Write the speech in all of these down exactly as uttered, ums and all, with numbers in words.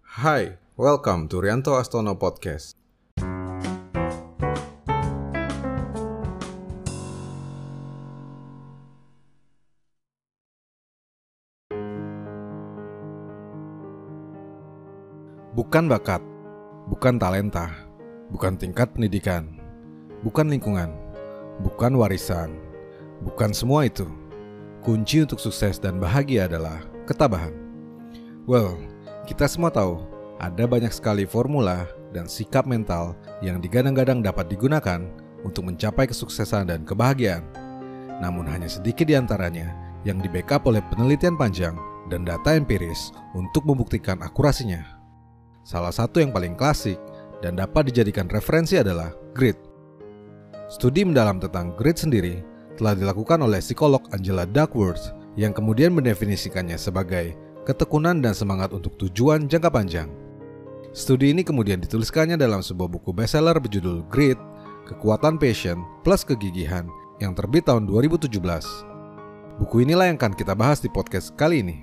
Hai, welcome to Rianto Astono Podcast. Bukan bakat, bukan talenta, bukan tingkat pendidikan, bukan lingkungan, bukan warisan, bukan semua itu. Kunci untuk sukses dan bahagia adalah ketabahan. Well, kita semua tahu ada banyak sekali formula dan sikap mental yang digadang-gadang dapat digunakan untuk mencapai kesuksesan dan kebahagiaan. Namun hanya sedikit di antaranya yang di-backup oleh penelitian panjang dan data empiris untuk membuktikan akurasinya. Salah satu yang paling klasik dan dapat dijadikan referensi adalah grit. Studi mendalam tentang grit sendiri telah dilakukan oleh psikolog Angela Duckworth yang kemudian mendefinisikannya sebagai ketekunan dan semangat untuk tujuan jangka panjang. Studi ini kemudian dituliskannya dalam sebuah buku bestseller berjudul Grit, Kekuatan Passion plus Kegigihan yang terbit tahun dua ribu tujuh belas. Buku inilah yang akan kita bahas di podcast kali ini.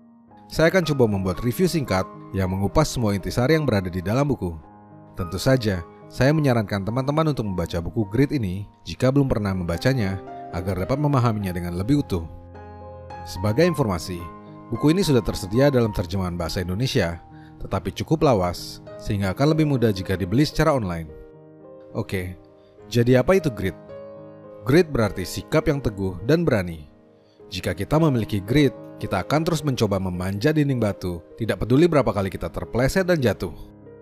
Saya akan coba membuat review singkat yang mengupas semua intisari yang berada di dalam buku. Tentu saja, saya menyarankan teman-teman untuk membaca buku Grit ini jika belum pernah membacanya agar dapat memahaminya dengan lebih utuh. Sebagai informasi, buku ini sudah tersedia dalam terjemahan bahasa Indonesia, tetapi cukup lawas, sehingga akan lebih mudah jika dibeli secara online. Oke, jadi apa itu grit? Grit berarti sikap yang teguh dan berani. Jika kita memiliki grit, kita akan terus mencoba memanjat dinding batu, tidak peduli berapa kali kita terpleset dan jatuh.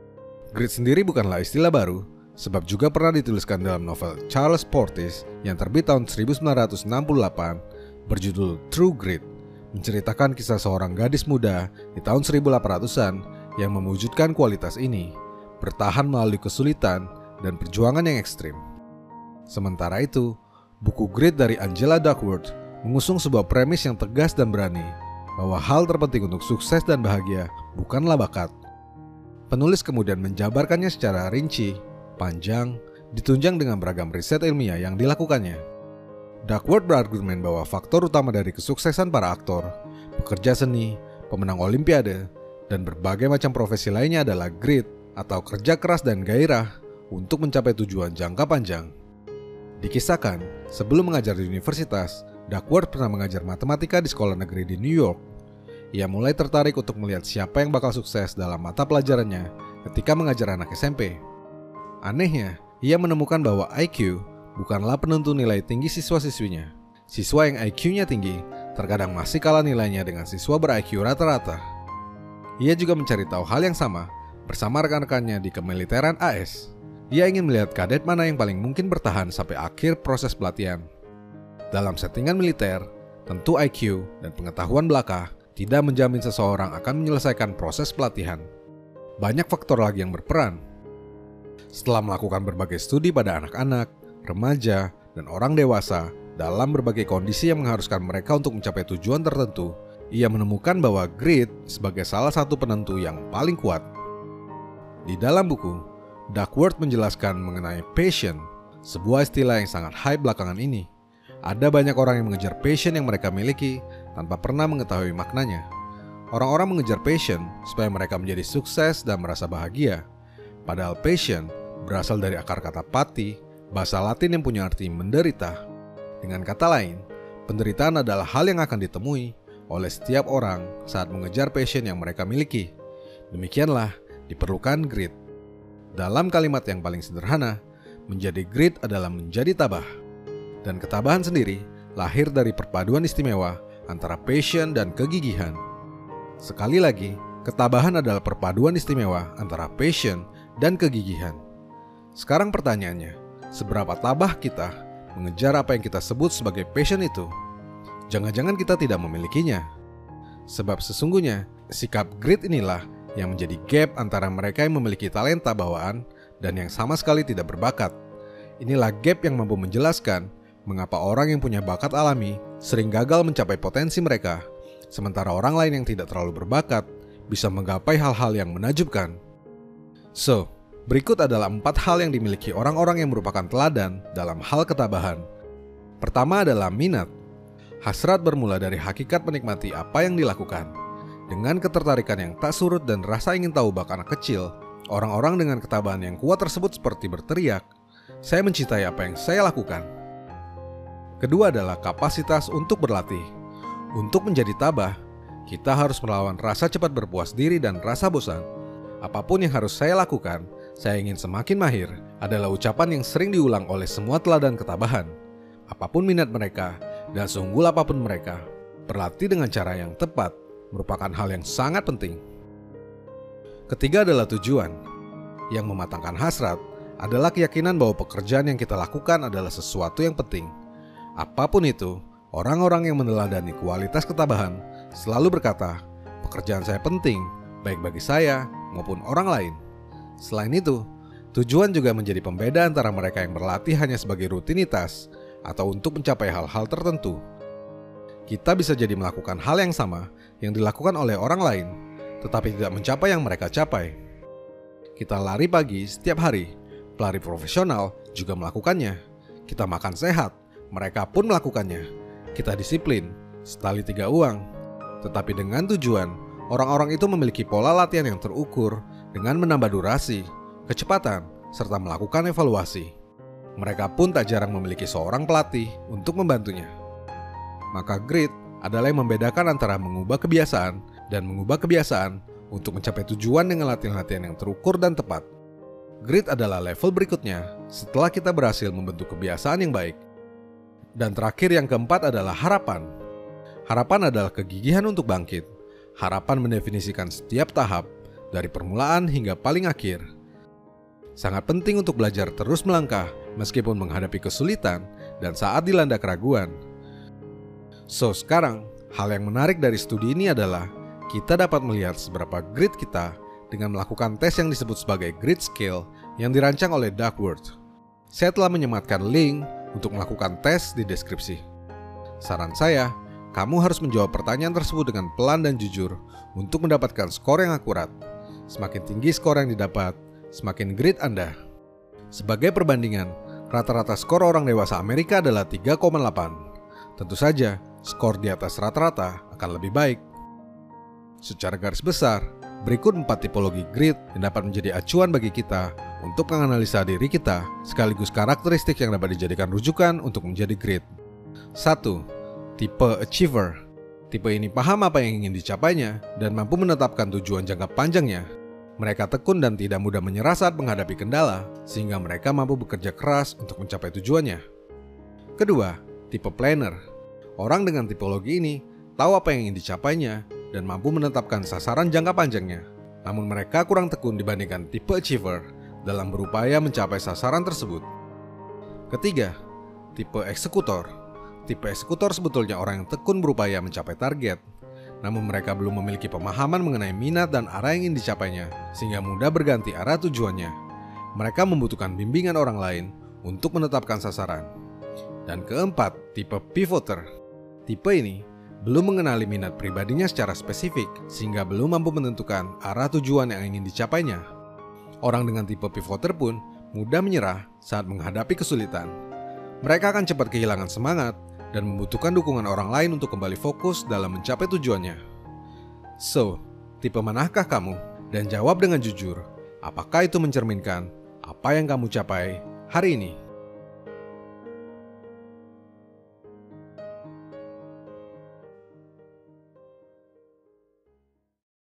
Grit sendiri bukanlah istilah baru, sebab juga pernah dituliskan dalam novel Charles Portis yang terbit tahun seribu sembilan ratus enam puluh delapan berjudul True Grit, menceritakan kisah seorang gadis muda di tahun seribu delapan ratusan yang mewujudkan kualitas ini, bertahan melalui kesulitan dan perjuangan yang ekstrim. Sementara itu, buku Grit dari Angela Duckworth mengusung sebuah premis yang tegas dan berani, bahwa hal terpenting untuk sukses dan bahagia bukanlah bakat. Penulis kemudian menjabarkannya secara rinci, panjang, ditunjang dengan beragam riset ilmiah yang dilakukannya. Duckworth berargumen bahwa faktor utama dari kesuksesan para aktor, pekerja seni, pemenang olimpiade, dan berbagai macam profesi lainnya adalah grit atau kerja keras dan gairah untuk mencapai tujuan jangka panjang. Dikisahkan, sebelum mengajar di universitas, Duckworth pernah mengajar matematika di sekolah negeri di New York. Ia mulai tertarik untuk melihat siapa yang bakal sukses dalam mata pelajarannya ketika mengajar anak S M P. Anehnya, ia menemukan bahwa I Q bukanlah penentu nilai tinggi siswa-siswinya. Siswa yang I Q-nya tinggi terkadang masih kalah nilainya dengan siswa ber-I Q rata-rata. Ia juga mencari tahu hal yang sama bersama rekan-rekannya di kemiliteran A S. Ia ingin melihat kadet mana yang paling mungkin bertahan sampai akhir proses pelatihan. Dalam settingan militer, tentu I Q dan pengetahuan belaka tidak menjamin seseorang akan menyelesaikan proses pelatihan. Banyak faktor lagi yang berperan. Setelah melakukan berbagai studi pada anak-anak, remaja, dan orang dewasa dalam berbagai kondisi yang mengharuskan mereka untuk mencapai tujuan tertentu, ia menemukan bahwa grit sebagai salah satu penentu yang paling kuat. Di dalam buku, Duckworth menjelaskan mengenai passion, sebuah istilah yang sangat hype belakangan ini. Ada banyak orang yang mengejar passion yang mereka miliki tanpa pernah mengetahui maknanya. Orang-orang mengejar passion supaya mereka menjadi sukses dan merasa bahagia. Padahal passion berasal dari akar kata pati, bahasa Latin yang punya arti menderita. Dengan kata lain, penderitaan adalah hal yang akan ditemui oleh setiap orang saat mengejar passion yang mereka miliki. Demikianlah diperlukan grit. Dalam kalimat yang paling sederhana, menjadi grit adalah menjadi tabah. Dan ketabahan sendiri lahir dari perpaduan istimewa antara passion dan kegigihan. Sekali lagi, ketabahan adalah perpaduan istimewa antara passion dan kegigihan. Sekarang pertanyaannya, seberapa tabah kita mengejar apa yang kita sebut sebagai passion itu? Jangan-jangan kita tidak memilikinya. Sebab sesungguhnya, sikap grit inilah yang menjadi gap antara mereka yang memiliki talenta bawaan dan yang sama sekali tidak berbakat. Inilah gap yang mampu menjelaskan mengapa orang yang punya bakat alami sering gagal mencapai potensi mereka, sementara orang lain yang tidak terlalu berbakat bisa menggapai hal-hal yang menakjubkan. So, berikut adalah empat hal yang dimiliki orang-orang yang merupakan teladan dalam hal ketabahan. Pertama adalah minat. Hasrat bermula dari hakikat menikmati apa yang dilakukan. Dengan ketertarikan yang tak surut dan rasa ingin tahu bak anak kecil, orang-orang dengan ketabahan yang kuat tersebut seperti berteriak, "Saya mencintai apa yang saya lakukan." Kedua adalah kapasitas untuk berlatih. Untuk menjadi tabah, kita harus melawan rasa cepat berpuas diri dan rasa bosan. Apapun yang harus saya lakukan, saya ingin semakin mahir, adalah ucapan yang sering diulang oleh semua teladan ketabahan. Apapun minat mereka, dan seunggul apapun mereka, berlatih dengan cara yang tepat merupakan hal yang sangat penting. Ketiga adalah tujuan. Yang mematangkan hasrat adalah keyakinan bahwa pekerjaan yang kita lakukan adalah sesuatu yang penting. Apapun itu, orang-orang yang meneladani kualitas ketabahan selalu berkata, pekerjaan saya penting, baik bagi saya maupun orang lain. Selain itu, tujuan juga menjadi pembeda antara mereka yang berlatih hanya sebagai rutinitas atau untuk mencapai hal-hal tertentu. Kita bisa jadi melakukan hal yang sama yang dilakukan oleh orang lain, tetapi tidak mencapai yang mereka capai. Kita lari pagi setiap hari, pelari profesional juga melakukannya. Kita makan sehat, mereka pun melakukannya. Kita disiplin, setali tiga uang. Tetapi dengan tujuan, orang-orang itu memiliki pola latihan yang terukur dengan menambah durasi, kecepatan, serta melakukan evaluasi. Mereka pun tak jarang memiliki seorang pelatih untuk membantunya. Maka grit adalah yang membedakan antara mengubah kebiasaan dan mengubah kebiasaan untuk mencapai tujuan dengan latihan-latihan yang terukur dan tepat. Grit adalah level berikutnya setelah kita berhasil membentuk kebiasaan yang baik. Dan terakhir yang keempat adalah harapan. Harapan adalah kegigihan untuk bangkit. Harapan mendefinisikan setiap tahap dari permulaan hingga paling akhir. Sangat penting untuk belajar terus melangkah meskipun menghadapi kesulitan dan saat dilanda keraguan. So, sekarang, hal yang menarik dari studi ini adalah kita dapat melihat seberapa grit kita dengan melakukan tes yang disebut sebagai grit scale yang dirancang oleh Duckworth. Saya telah menyematkan link untuk melakukan tes di deskripsi. Saran saya, kamu harus menjawab pertanyaan tersebut dengan pelan dan jujur untuk mendapatkan skor yang akurat. Semakin tinggi skor yang didapat, semakin grit Anda. Sebagai perbandingan, rata-rata skor orang dewasa Amerika adalah tiga koma delapan. Tentu saja, skor di atas rata-rata akan lebih baik. Secara garis besar, berikut empat tipologi grit yang dapat menjadi acuan bagi kita untuk menganalisa diri kita, sekaligus karakteristik yang dapat dijadikan rujukan untuk menjadi grit. Satu. Tipe achiever. Tipe ini paham apa yang ingin dicapainya dan mampu menetapkan tujuan jangka panjangnya. Mereka tekun dan tidak mudah menyerah saat menghadapi kendala, sehingga mereka mampu bekerja keras untuk mencapai tujuannya. Kedua, tipe planner. Orang dengan tipologi ini tahu apa yang ingin dicapainya dan mampu menetapkan sasaran jangka panjangnya. Namun mereka kurang tekun dibandingkan tipe achiever dalam berupaya mencapai sasaran tersebut. Ketiga, tipe eksekutor. Tipe eksekutor sebetulnya orang yang tekun berupaya mencapai target, namun mereka belum memiliki pemahaman mengenai minat dan arah yang ingin dicapainya, sehingga mudah berganti arah tujuannya. Mereka membutuhkan bimbingan orang lain untuk menetapkan sasaran. Dan keempat, tipe pivoter. Tipe ini belum mengenali minat pribadinya secara spesifik, sehingga belum mampu menentukan arah tujuan yang ingin dicapainya. Orang dengan tipe pivoter pun mudah menyerah saat menghadapi kesulitan. Mereka akan cepat kehilangan semangat dan membutuhkan dukungan orang lain untuk kembali fokus dalam mencapai tujuannya. So, tipe manakah kamu? Dan jawab dengan jujur, apakah itu mencerminkan apa yang kamu capai hari ini?